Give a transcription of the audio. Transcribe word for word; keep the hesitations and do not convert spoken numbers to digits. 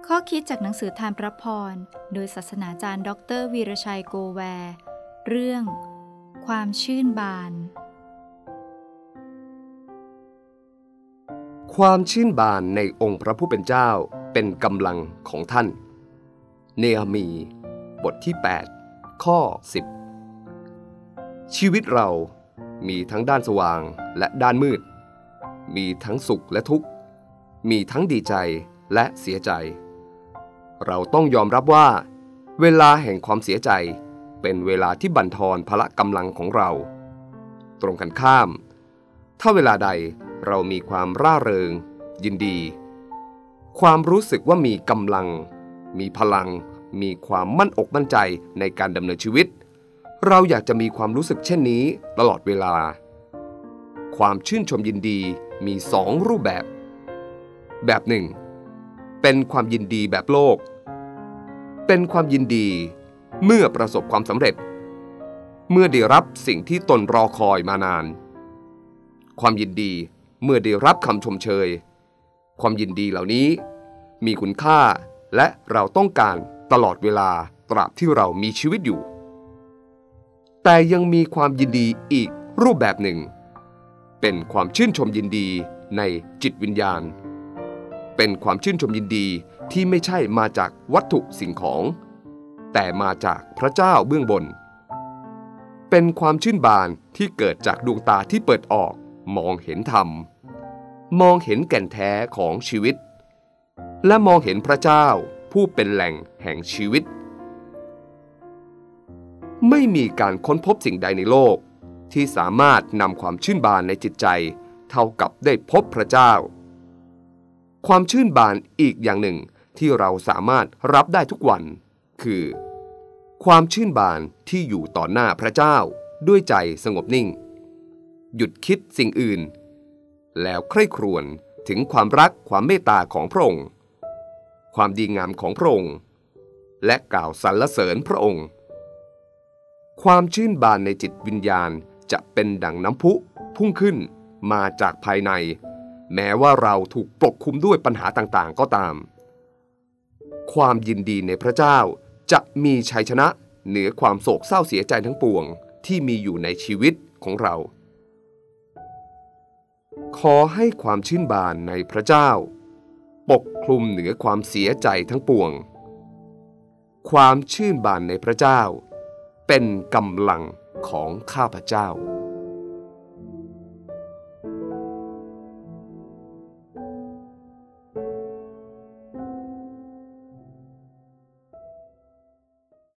ข้อคิดจากหนังสือทานพระพรโดยศาสนาจารย์ดรวีรชัยโกแวร์เรื่องความชื่นบานความชื่นบานในองค์พระผู้เป็นเจ้าเป็นกำลังของท่านเนหะมีบทที่แปดข้อสิบชีวิตเรามีทั้งด้านสว่างและด้านมืดมีทั้งสุขและทุกข์มีทั้งดีใจและเสียใจเราต้องยอมรับว่าเวลาแห่งความเสียใจเป็นเวลาที่บั่นทอนพละกำลังของเราตรงกันข้ามถ้าเวลาใดเรามีความร่าเริงยินดีความรู้สึกว่ามีกำลังมีพลังมีความมั่นอกมั่นใจในการดำเนินชีวิตเราอยากจะมีความรู้สึกเช่นนี้ตลอดเวลาความชื่นชมยินดีมีสองรูปแบบแบบหนึ่งเป็นความยินดีแบบโลกเป็นความยินดีเมื่อประสบความสำเร็จเมื่อได้รับสิ่งที่ตนรอคอยมานานความยินดีเมื่อได้รับคำชมเชยความยินดีเหล่านี้มีคุณค่าและเราต้องการตลอดเวลาตราบที่เรามีชีวิตอยู่แต่ยังมีความยินดีอีกรูปแบบหนึ่งเป็นความชื่นชมยินดีในจิตวิญญาณเป็นความชื่นชมยินดีที่ไม่ใช่มาจากวัตถุสิ่งของแต่มาจากพระเจ้าเบื้องบนเป็นความชื่นบานที่เกิดจากดวงตาที่เปิดออกมองเห็นธรรมมองเห็นแก่นแท้ของชีวิตและมองเห็นพระเจ้าผู้เป็นแหล่งแห่งชีวิตไม่มีการค้นพบสิ่งใดในโลกที่สามารถนำความชื่นบานในจิตใจเท่ากับได้พบพระเจ้าความชื่นบานอีกอย่างหนึ่งที่เราสามารถรับได้ทุกวันคือความชื่นบานที่อยู่ต่อหน้าพระเจ้าด้วยใจสงบนิ่งหยุดคิดสิ่งอื่นแล้วใคร่ครวญถึงความรักความเมตตาของพระองค์ความดีงามของพระองค์และกล่าวสรรเสริญพระองค์ความชื่นบานในจิตวิญญาณจะเป็นดั่งน้ำพุพุ่งขึ้นมาจากภายในแม้ว่าเราถูกปกคลุมด้วยปัญหาต่างๆก็ตามความยินดีในพระเจ้าจะมีชัยชนะเหนือความโศกเศร้าเสียใจทั้งปวงที่มีอยู่ในชีวิตของเราขอให้ความชื่นบานในพระเจ้าปกคลุมเหนือความเสียใจทั้งปวงความชื่นบานในพระเจ้าเป็นกำลังของข้าพเจ้า